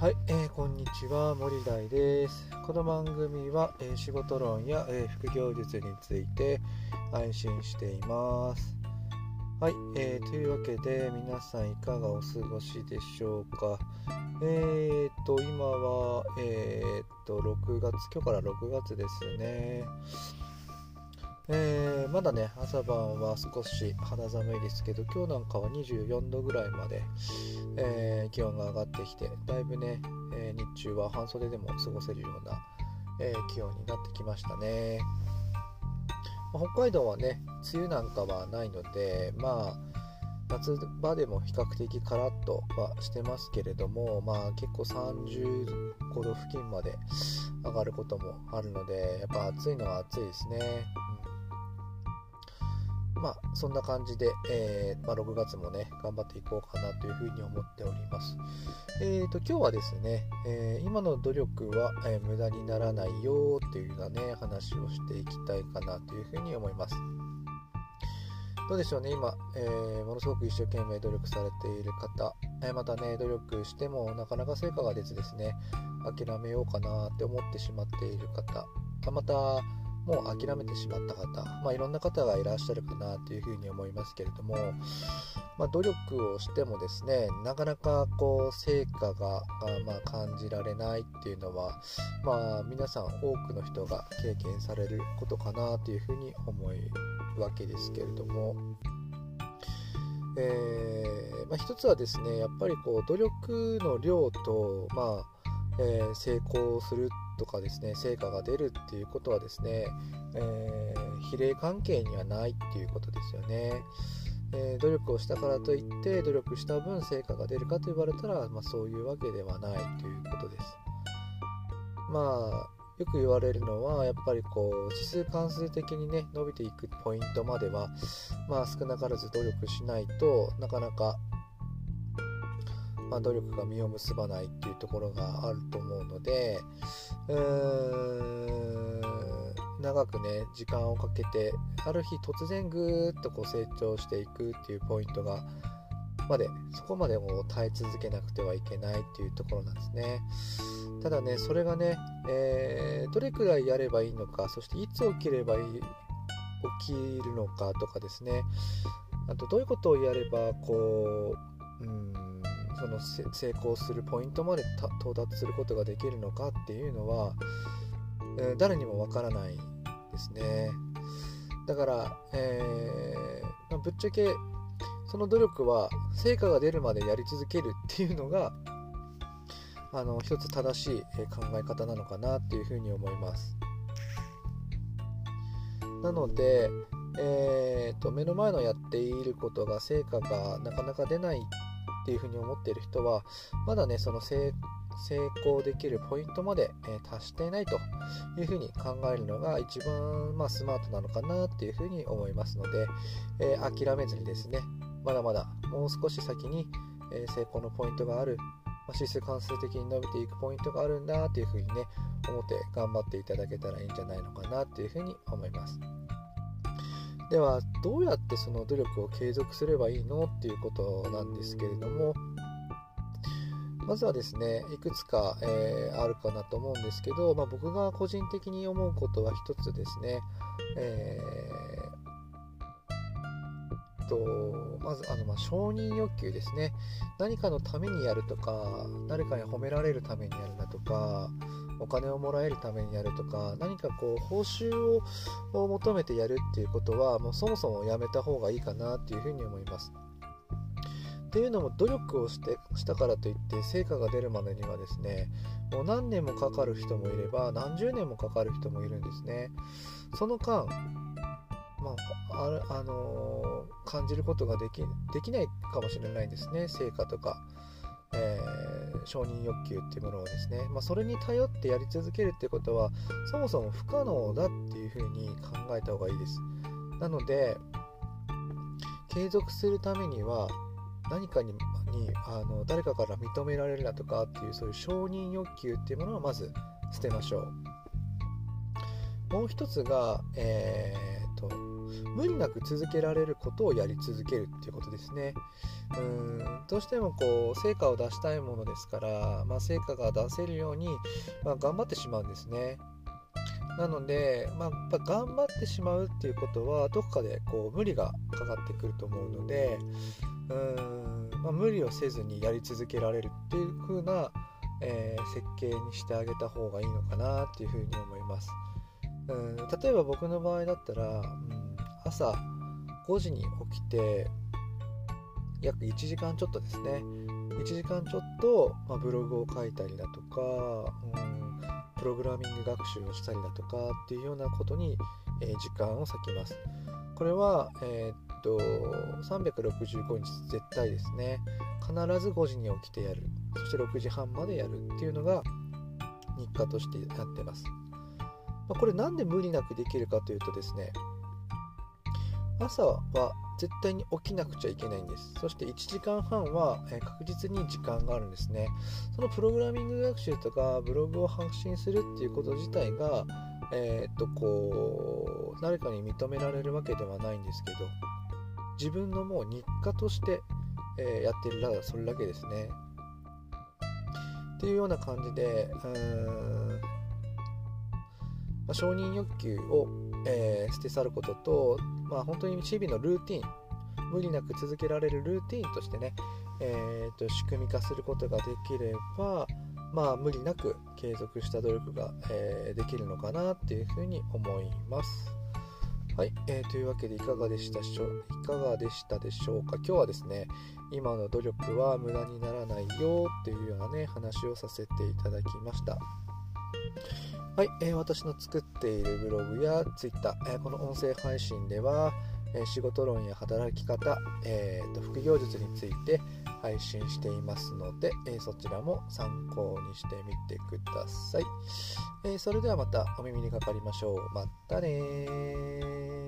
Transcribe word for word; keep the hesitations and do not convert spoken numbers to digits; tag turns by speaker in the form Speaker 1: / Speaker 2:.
Speaker 1: はい、えー、こんにちは、森大です。この番組は、えー、仕事論や、えー、副業術について配信しています。はい、えー、というわけで皆さんいかがお過ごしでしょうか。えーと今はえーとろくがつ、今日からろくがつですね。えー、まだね朝晩は少し肌寒いですけど、今日なんかはにじゅうよんどぐらいまで、えー、気温が上がってきて、だいぶね、えー、日中は半袖でも過ごせるような、えー、気温になってきましたね。まあ、北海道はね梅雨なんかはないので、まあ夏場でも比較的カラッとはしてますけれども、まあ結構さんじゅうごど付近まで上がることもあるので、やっぱ暑いのは暑いですね。うん、まあそんな感じで、えーまあ、ろくがつもね頑張っていこうかなというふうに思っております。えーと今日はですね、えー今の努力は、えー無駄にならないよっていうようなね話をしていきたいかなというふうに思います。どうでしょうね、今、えー、ものすごく一生懸命努力されている方、えー、またね努力してもなかなか成果が出ずですね、諦めようかなって思ってしまっている方、またもう諦めてしまった方、まあ、いろんな方がいらっしゃるかなというふうに思いますけれども、まあ、努力をしてもですねなかなかこう成果がまあ感じられないっていうのは、まあ、皆さん多くの人が経験されることかなというふうに思いわけですけれども、えーまあ、一つはですねやっぱりこう努力の量と、まあえー、成功するとかですね成果が出るっていうことはですね、えー、比例関係にはないっていうことですよね。えー、努力をしたからといって努力した分成果が出るかと言われたら、まあ、そういうわけではないということです。まあよく言われるのはやっぱりこう指数関数的にね伸びていくポイントまでは、まあ、少なからず努力しないとなかなか、まあ、努力が実を結ばないっていうところがあると思うので、うーん長くね時間をかけてある日突然ぐーっとこう成長していくっていうポイントがまでそこまでも耐え続けなくてはいけないっていうところなんですね。ただねそれがね、えー、どれくらいやればいいのか、そしていつ起きればいい起きるのかとかですね、あとどういうことをやればこう、うん、その成功するポイントまで到達することができるのかっていうのは、えー、誰にもわからないですね。だから、えーまあ、ぶっちゃけその努力は成果が出るまでやり続けるっていうのがあの一つ正しい考え方なのかなっていうふうに思います。なので、えー、と目の前のやっていることが成果がなかなか出ないっていうふうに思っている人はまだねその成功できるポイントまで、えー、達していないというふうに考えるのが一番、まあ、スマートなのかなっていうふうに思いますので、えー、諦めずにですねまだまだもう少し先に、えー、成功のポイントがある、指数関数的に伸びていくポイントがあるんだっていうふうにね思って頑張っていただけたらいいんじゃないのかなっていうふうに思います。ではどうやってその努力を継続すればいいのっていうことなんですけれども、まずはですねいくつか、えー、あるかなと思うんですけど、まあ、僕が個人的に思うことは一つですね、えー、とまずあの、まあ、承認欲求ですね。何かのためにやるとか、誰かに褒められるためにやるだとか、お金をもらえるためにやるとか、何かこう報酬を求めてやるっていうことはもうそもそもやめた方がいいかなっていうふうに思います。っていうのも努力をしてしたからといって成果が出るまでにはですねもう何年もかかる人もいれば何十年もかかる人もいるんですね。その間、まあ、あ、あのー、感じることができ、できないかもしれないんですね。成果とか、えー、承認欲求っていうものをですね、まあ、それに頼ってやり続けるってことはそもそも不可能だっていうふうに考えた方がいいです。なので継続するためには何かに、にあの誰かから認められるなとかっていうそういう承認欲求っていうものをまず捨てましょう。もう一つが、えー、と無理なく続けられることをやり続けるっていうことですね。うーんどうしてもこう成果を出したいものですから、まあ、成果が出せるように、まあ、頑張ってしまうんですね。なので、まあ、やっぱ頑張ってしまうっていうことはどこかでこう無理がかかってくると思うので、うーん、まあ、無理をせずにやり続けられるっていう風な、えー設計にしてあげた方がいいのかなっていう風に思います。うん、例えば僕の場合だったら、うん、朝ごじに起きて約いちじかんちょっとですね、いちじかんちょっと、まあ、ブログを書いたりだとか、うん、プログラミング学習をしたりだとかっていうようなことに、えー時間を割きます。これは、えーっとさんびゃくろくじゅうごにち絶対ですね、必ずごじに起きてやる、そしてろくじはんまでやるっていうのが日課としてやってます。まあ、これなんで無理なくできるかというとですね、朝は絶対に起きなくちゃいけないんです。そしていちじかんはんは、えー確実に時間があるんですね。そのプログラミング学習とかブログを発信するっていうこと自体が、えーっとこう誰かに認められるわけではないんですけど、自分のもう日課として、えーやってるらそれだけですね。っていうような感じで、うーん、まあ、承認欲求を、えー捨て去ることと、まあ、本当に日々のルーティン、無理なく続けられるルーティンとしてね、えーと仕組み化することができれば、まあ、無理なく継続した努力が、えーできるのかなっていうふうに思います。はい、えーというわけでいかがでしたでしょういかがでしたでしょうか。今日はですね、今の努力は無駄にならないよっていうようなね話をさせていただきました。はい、えー私の作っているブログやツイッター、えーこの音声配信では、えー仕事論や働き方、えーと副業術について配信していますので、えーそちらも参考にしてみてください。えーそれではまたお耳にかかりましょう。またねー。